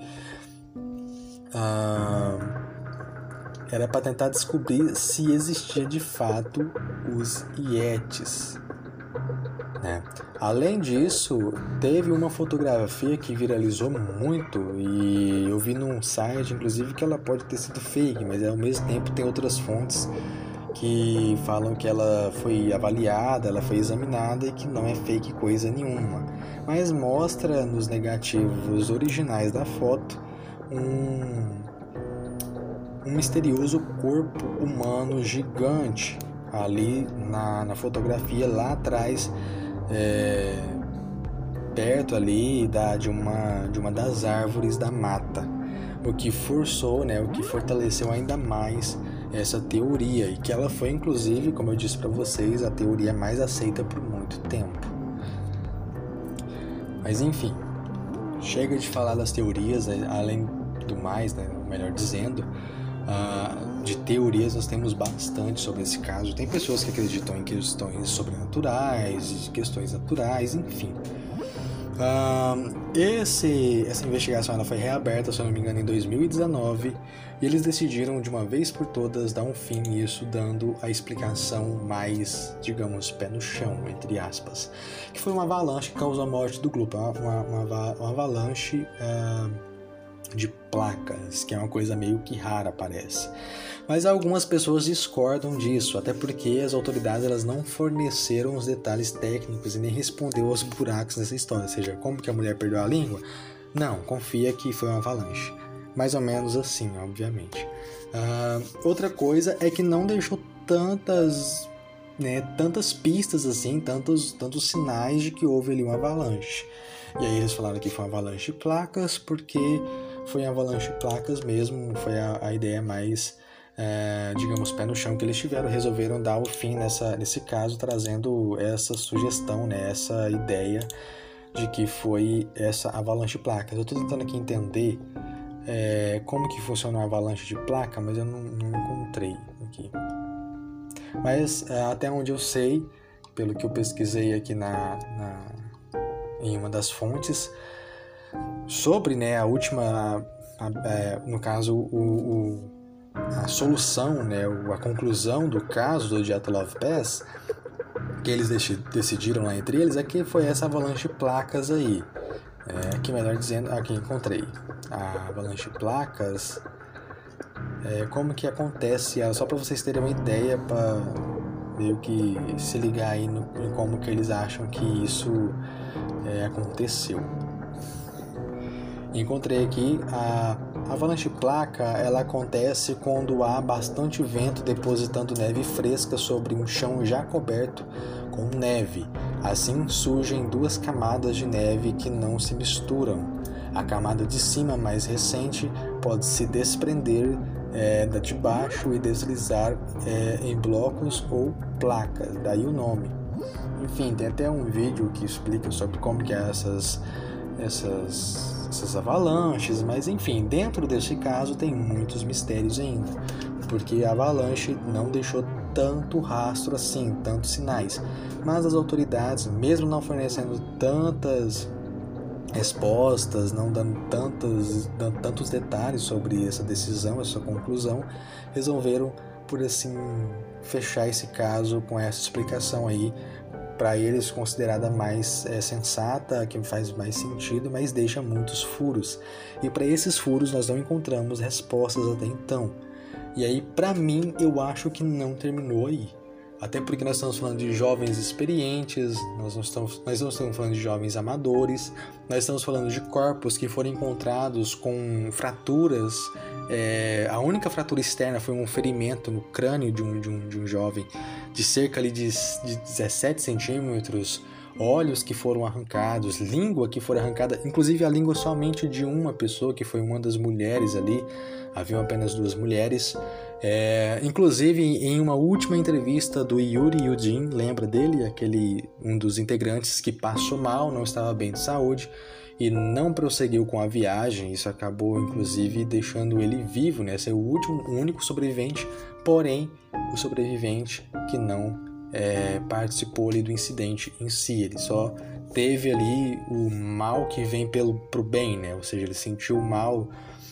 Ah, era para tentar descobrir se existia de fato os Yetis, né? Além disso, teve uma fotografia que viralizou muito e eu vi num site, inclusive, que ela pode ter sido fake, mas ao mesmo tempo tem outras fontes que falam que ela foi avaliada, ela foi examinada e que não é fake coisa nenhuma. Mas mostra nos negativos originais da foto um, um misterioso corpo humano gigante ali na, na fotografia, lá atrás, é, perto ali da, de, uma, de uma das árvores da mata, o que forçou, né, o que fortaleceu ainda mais essa teoria, e que ela foi, inclusive, como eu disse para vocês, a teoria mais aceita por muito tempo. Mas enfim, chega de falar das teorias, além do mais, né, melhor dizendo, uh, de teorias nós temos bastante sobre esse caso. Tem pessoas que acreditam em questões sobrenaturais, questões naturais, enfim. Uh, esse, essa investigação ela foi reaberta, se eu não me engano, em dois mil e dezenove, e eles decidiram de uma vez por todas dar um fim nisso, dando a explicação mais, digamos, pé no chão, entre aspas, que foi uma avalanche que causou a morte do grupo, uma, uma, uma avalanche uh, de placas, que é uma coisa meio que rara, parece. Mas algumas pessoas discordam disso, até porque as autoridades elas não forneceram os detalhes técnicos e nem respondeu aos buracos nessa história, ou seja, como que a mulher perdeu a língua? Não, confia que foi uma avalanche. Mais ou menos assim, obviamente. Uh, outra coisa é que não deixou tantas, né, tantas pistas assim, tantos, tantos sinais de que houve ali uma avalanche. E aí eles falaram que foi uma avalanche de placas, porque foi uma avalanche de placas mesmo, foi a, a ideia mais, é, digamos, pé no chão que eles tiveram. Resolveram dar o fim nessa, nesse caso, trazendo essa sugestão, né, essa ideia de que foi essa avalanche de placas. Eu estou tentando aqui entender é, como que funciona uma avalanche de placa, mas eu não, não encontrei aqui. Mas é, até onde eu sei, pelo que eu pesquisei aqui na, na, em uma das fontes, sobre, né, a última, a, a, é, no caso, o, o, a solução, né, a conclusão do caso do Dyatlov Pass, que eles decidiram lá entre eles, é que foi essa avalanche de placas aí. É, que melhor dizendo, aqui encontrei. A avalanche de placas, é, como que acontece, só para vocês terem uma ideia, para meio que se ligar aí no, em como que eles acham que isso é, aconteceu. Encontrei aqui a avalanche de placa, ela acontece quando há bastante vento depositando neve fresca sobre um chão já coberto com neve. Assim surgem duas camadas de neve que não se misturam. A camada de cima, mais recente, pode se desprender é, da de baixo e deslizar é, em blocos ou placas, daí o nome. Enfim, tem até um vídeo que explica sobre como que é essas, essas, essas avalanches, mas enfim, dentro desse caso tem muitos mistérios ainda, porque a avalanche não deixou tanto rastro assim, tantos sinais, mas as autoridades, mesmo não fornecendo tantas respostas, não dando tantos, dando tantos detalhes sobre essa decisão, essa conclusão, resolveram, por assim, fechar esse caso com essa explicação aí, para eles considerada mais é, sensata, que faz mais sentido, mas deixa muitos furos. E para esses furos nós não encontramos respostas até então. E aí, para mim, eu acho que não terminou aí. Até porque nós estamos falando de jovens experientes, nós não estamos, nós não estamos falando de jovens amadores, nós estamos falando de corpos que foram encontrados com fraturas. É, a única fratura externa foi um ferimento no crânio de um, de um, de um jovem de cerca ali de, de dezessete centímetros, olhos que foram arrancados, língua que foi arrancada, inclusive a língua somente de uma pessoa, que foi uma das mulheres ali, haviam apenas duas mulheres. É, inclusive em uma última entrevista do Yuri Yudin, lembra dele? Aquele, um dos integrantes que passou mal, não estava bem de saúde e não prosseguiu com a viagem. Isso acabou inclusive deixando ele vivo, né? Ser o último, o único sobrevivente, porém o sobrevivente que não é, participou ali do incidente em si. Ele só teve ali o mal que vem pelo pro bem, né? Ou seja, ele sentiu mal,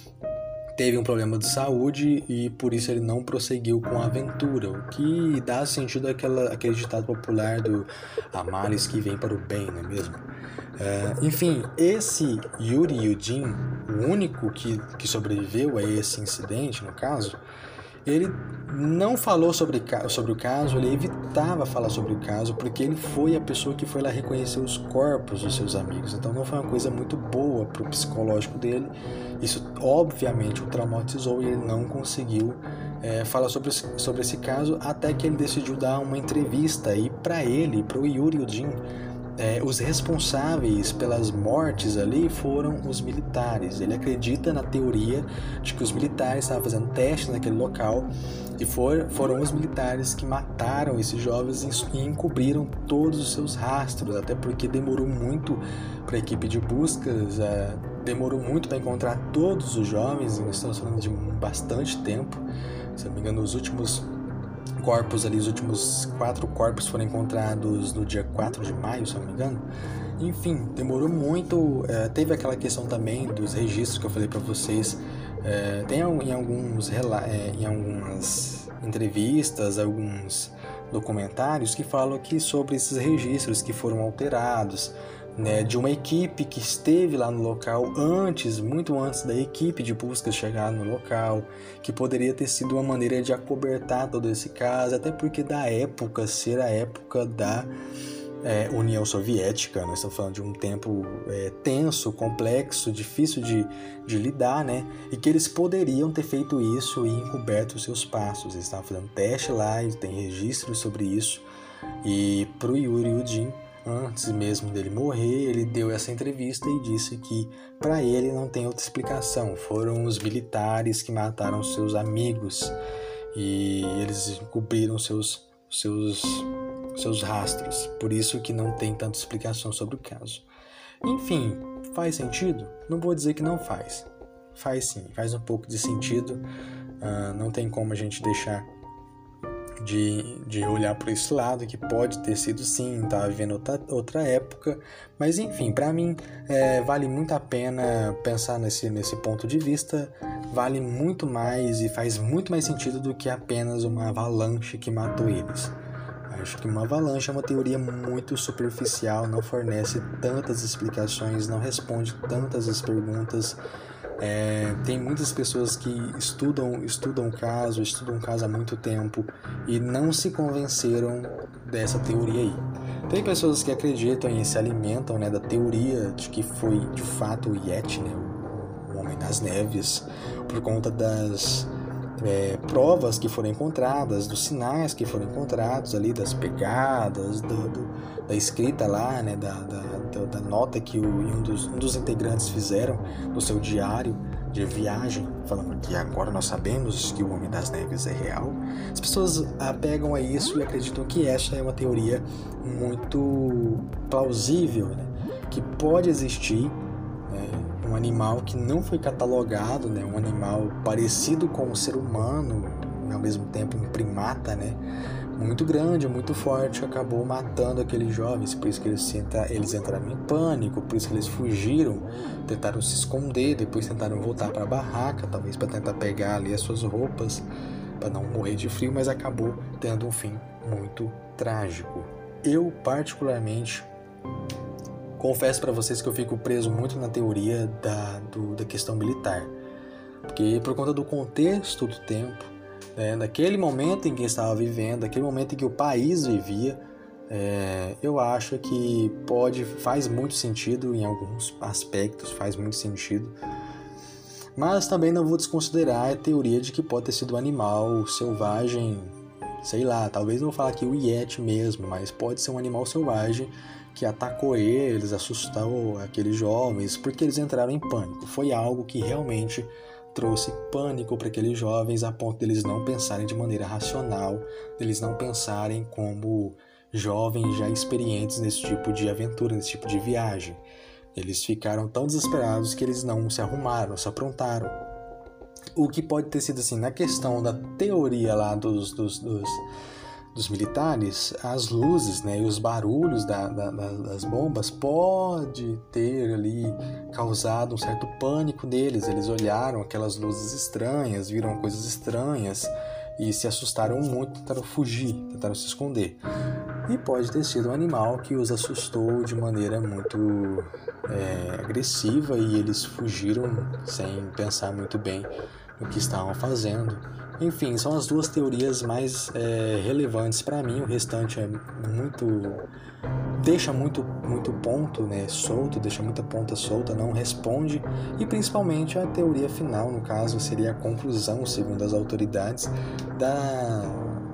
teve um problema de saúde e por isso ele não prosseguiu com a aventura, o que dá sentido àquela, àquele ditado popular do há males que vem para o bem, não é mesmo? Uh, enfim, esse Yuri Yudin, o único que, que sobreviveu a esse incidente, no caso, ele não falou sobre, sobre o caso, ele evitava falar sobre o caso, porque ele foi a pessoa que foi lá reconhecer os corpos dos seus amigos. Então não foi uma coisa muito boa para o psicológico dele. Isso obviamente o traumatizou e ele não conseguiu é, falar sobre, sobre esse caso, até que ele decidiu dar uma entrevista. E para ele, para o Yuri Yudin, É, os responsáveis pelas mortes ali foram os militares. Ele acredita na teoria de que os militares estavam fazendo testes naquele local e for, foram os militares que mataram esses jovens e encobriram todos os seus rastros, até porque demorou muito para a equipe de buscas, é, demorou muito para encontrar todos os jovens. Nós estamos falando de bastante tempo, se não me engano, os últimos corpos ali, os últimos quatro corpos foram encontrados no dia quatro de maio, se não me engano. Enfim, demorou muito. É, teve aquela questão também dos registros que eu falei para vocês. É, tem em, alguns, é, em algumas entrevistas, alguns documentários que falam aqui sobre esses registros que foram alterados. né, de uma equipe que esteve lá no local antes, muito antes da equipe de busca chegar no local, que poderia ter sido uma maneira de acobertar todo esse caso, até porque da época, ser a época da é, União Soviética, nós estamos falando de um tempo é, tenso, complexo, difícil de, de lidar, né, e que eles poderiam ter feito isso e encoberto os seus passos. Eles estavam fazendo teste lá, e tem registros sobre isso, e pro Yuri Yudin, antes mesmo dele morrer, ele deu essa entrevista e disse que para ele não tem outra explicação. Foram os militares que mataram seus amigos e eles cobriram seus, seus, seus rastros. Por isso que não tem tanta explicação sobre o caso. Enfim, faz sentido? Não vou dizer que não faz. Faz sim, faz um pouco de sentido. Uh, não tem como a gente deixar De, de olhar por esse lado, que pode ter sido sim, estava vivendo outra, outra época, mas enfim, para mim é, vale muito a pena pensar nesse, nesse ponto de vista, vale muito mais e faz muito mais sentido do que apenas uma avalanche que matou eles. Acho que uma avalanche é uma teoria muito superficial, não fornece tantas explicações, não responde tantas as perguntas. É, tem muitas pessoas que estudam, estudam o caso, estudam o caso há muito tempo e não se convenceram dessa teoria aí. Tem pessoas que acreditam e se alimentam, né, da teoria de que foi de fato o Yeti, né, o, o Homem das Neves, por conta das é, provas que foram encontradas, dos sinais que foram encontrados ali, das pegadas, do, do, da escrita lá, né, da, da, da nota que o, um, dos, um dos integrantes fizeram no seu diário de viagem, falando que agora nós sabemos que o Homem das Neves é real. As pessoas apegam a isso e acreditam que essa é uma teoria muito plausível, né, que pode existir, né, um animal que não foi catalogado, né, um animal parecido com um ser humano, e ao mesmo tempo um primata, né, muito grande, muito forte, acabou matando aqueles jovens, por isso que eles, entra, eles entraram em pânico, por isso que eles fugiram, tentaram se esconder, depois tentaram voltar para a barraca, talvez para tentar pegar ali as suas roupas, para não morrer de frio, mas acabou tendo um fim muito trágico. Eu, particularmente, confesso para vocês que eu fico preso muito na teoria da, do, da questão militar, porque por conta do contexto do tempo, É, daquele momento em que estava vivendo, daquele momento em que o país vivia, é, eu acho que pode, faz muito sentido em alguns aspectos, faz muito sentido, mas também não vou desconsiderar a teoria de que pode ter sido um animal selvagem, sei lá, talvez não vou falar aqui o Yeti mesmo, mas pode ser um animal selvagem que atacou eles, assustou aqueles jovens, porque eles entraram em pânico. Foi algo que realmente trouxe pânico para aqueles jovens a ponto deles não pensarem de maneira racional, deles não pensarem como jovens já experientes nesse tipo de aventura, nesse tipo de viagem. Eles ficaram tão desesperados que eles não se arrumaram, se aprontaram. O que pode ter sido assim, na questão da teoria lá dos, dos, dos, dos militares, as luzes, né, e os barulhos da, da, das bombas pode ter ali causado um certo pânico neles. Eles olharam aquelas luzes estranhas, viram coisas estranhas e se assustaram muito, tentaram fugir, tentaram se esconder. E pode ter sido um animal que os assustou de maneira muito é, agressiva e eles fugiram sem pensar muito bem no que estavam fazendo. Enfim, são as duas teorias mais é, relevantes para mim. O restante é muito deixa muito muito ponto, né, solto, deixa muita ponta solta, não responde, e principalmente a teoria final, no caso, seria a conclusão, segundo as autoridades, da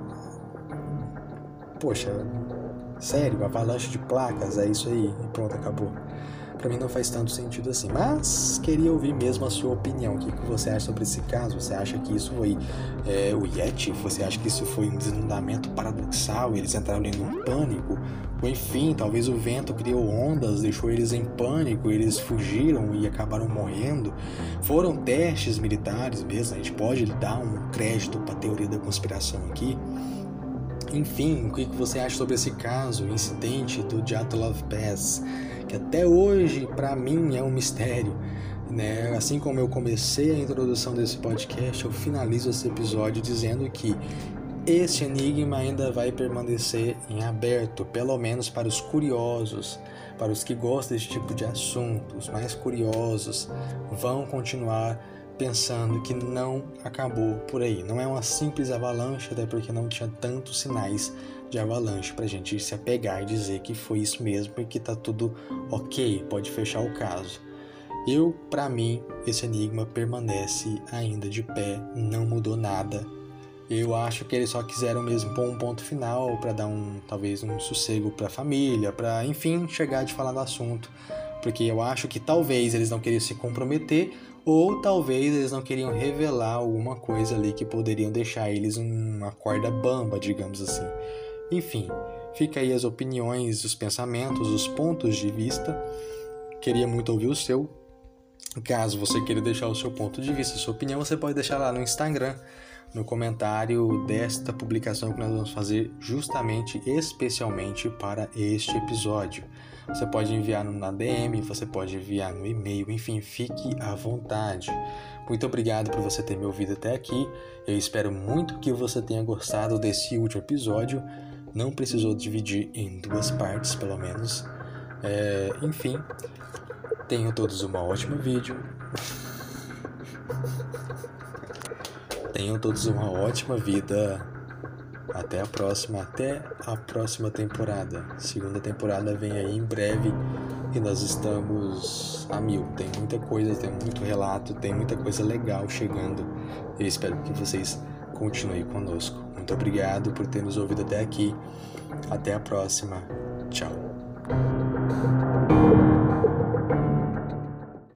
poxa, sério, avalanche de placas, é isso aí, e pronto, acabou. Pra mim não faz tanto sentido assim, mas queria ouvir mesmo a sua opinião. O que você acha sobre esse caso? Você acha que isso foi é, o Yeti? Você acha que isso foi um desnudamento paradoxal? Eles entraram em um pânico? Ou enfim, talvez o vento criou ondas, deixou eles em pânico, eles fugiram e acabaram morrendo? Foram testes militares mesmo? A gente pode dar um crédito para a teoria da conspiração aqui? Enfim, o que você acha sobre esse caso, o incidente do Dyatlov Pass, que até hoje, para mim, é um mistério, né? Assim como eu comecei a introdução desse podcast, eu finalizo esse episódio dizendo que este enigma ainda vai permanecer em aberto, pelo menos para os curiosos, para os que gostam desse tipo de assunto. Os mais curiosos vão continuar pensando que não acabou por aí. Não é uma simples avalanche, até porque não tinha tantos sinais de avalanche para a gente se apegar e dizer que foi isso mesmo e que tá tudo ok, pode fechar o caso. Eu, para mim, esse enigma permanece ainda de pé, não mudou nada. Eu acho que eles só quiseram mesmo pôr um ponto final para dar um, talvez um sossego para a família, para, enfim, chegar de falar do assunto. Porque eu acho que talvez eles não queriam se comprometer ou talvez eles não queriam revelar alguma coisa ali que poderiam deixar eles uma corda bamba, digamos assim. Enfim, fica aí as opiniões, os pensamentos, os pontos de vista. Queria muito ouvir o seu. Caso você queira deixar o seu ponto de vista, a sua opinião, você pode deixar lá no Instagram, no comentário desta publicação que nós vamos fazer justamente, especialmente para este episódio. Você pode enviar na D M, você pode enviar no e-mail, enfim, fique à vontade. Muito obrigado por você ter me ouvido até aqui. Eu espero muito que você tenha gostado desse último episódio. Não precisou dividir em duas partes, pelo menos. É, enfim, tenham todos uma ótima vídeo. Tenham todos uma ótima vida. Até a próxima, até a próxima temporada. Segunda temporada vem aí em breve e nós estamos a mil. Tem muita coisa, tem muito relato, tem muita coisa legal chegando. Eu espero que vocês continuem conosco. Muito obrigado por ter nos ouvido até aqui. Até a próxima. Tchau.